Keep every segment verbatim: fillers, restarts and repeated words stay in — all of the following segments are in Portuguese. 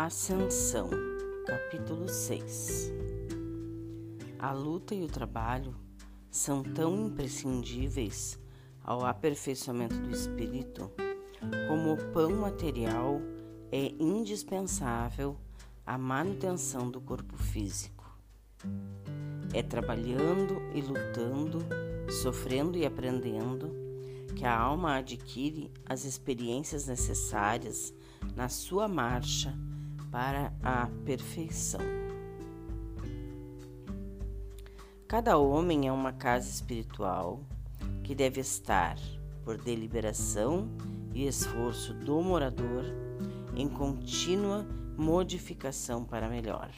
Ascensão, capítulo seis. A luta e o trabalho são tão imprescindíveis ao aperfeiçoamento do espírito como o pão material é indispensável à manutenção do corpo físico. É trabalhando e lutando, sofrendo e aprendendo, que a alma adquire as experiências necessárias na sua marcha para a perfeição. Cada homem é uma casa espiritual que deve estar, por deliberação e esforço do morador, em contínua modificação para melhor.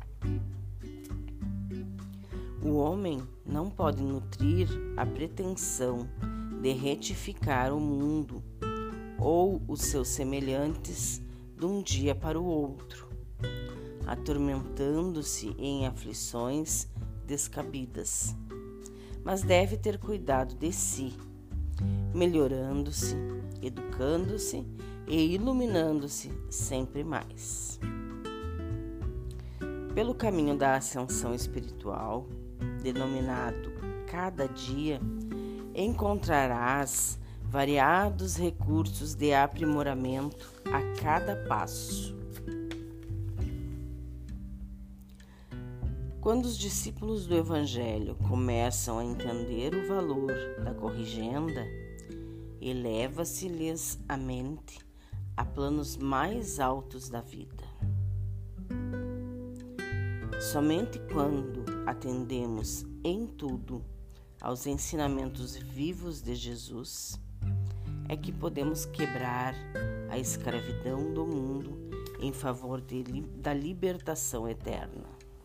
O homem não pode nutrir a pretensão de retificar o mundo ou os seus semelhantes de um dia para o outro, atormentando-se em aflições descabidas, mas deve ter cuidado de si, melhorando-se, educando-se e iluminando-se sempre mais. Pelo caminho da ascensão espiritual, denominado cada dia, encontrarás variados recursos de aprimoramento a cada passo. Quando os discípulos do Evangelho começam a entender o valor da corrigenda, eleva-se-lhes a mente a planos mais altos da vida. Somente quando atendemos em tudo aos ensinamentos vivos de Jesus é que podemos quebrar a escravidão do mundo em favor de, da libertação eterna.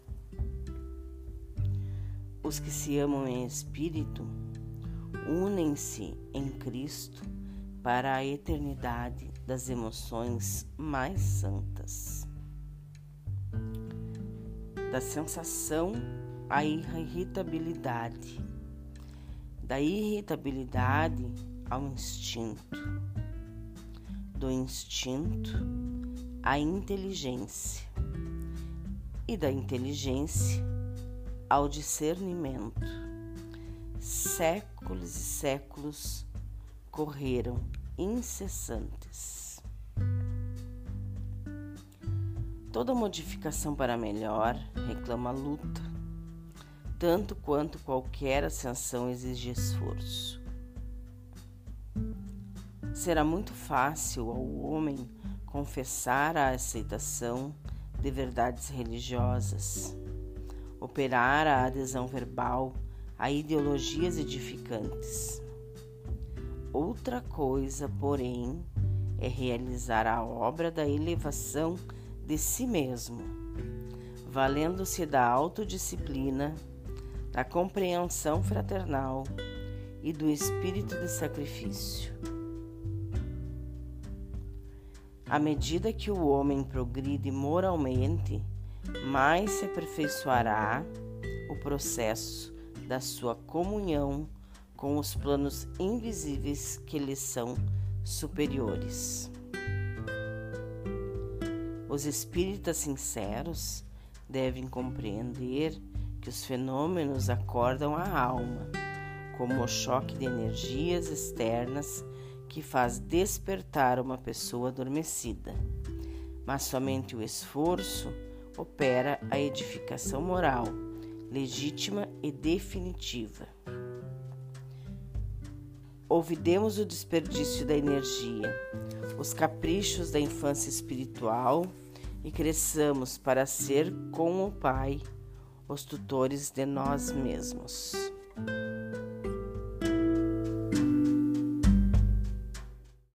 Os que se amam em espírito unem-se em Cristo para a eternidade das emoções mais santas. Da sensação à irritabilidade, da irritabilidade ao instinto, do instinto à inteligência e da inteligência ao discernimento. Séculos e séculos correram incessantes. Toda modificação para melhor reclama luta, tanto quanto qualquer ascensão exige esforço. Será muito fácil ao homem confessar a aceitação de verdades religiosas, operar a adesão verbal a ideologias edificantes. Outra coisa, porém, é realizar a obra da elevação de si mesmo, valendo-se da autodisciplina, da compreensão fraternal e do espírito de sacrifício. À medida que o homem progride moralmente, mais se aperfeiçoará o processo da sua comunhão com os planos invisíveis que lhe são superiores. Os espíritas sinceros devem compreender que os fenômenos acordam a alma, como o choque de energias externas que faz despertar uma pessoa adormecida, mas somente o esforço opera a edificação moral, legítima e definitiva. Olvidemos o desperdício da energia, os caprichos da infância espiritual e cresçamos para ser com o Pai os tutores de nós mesmos.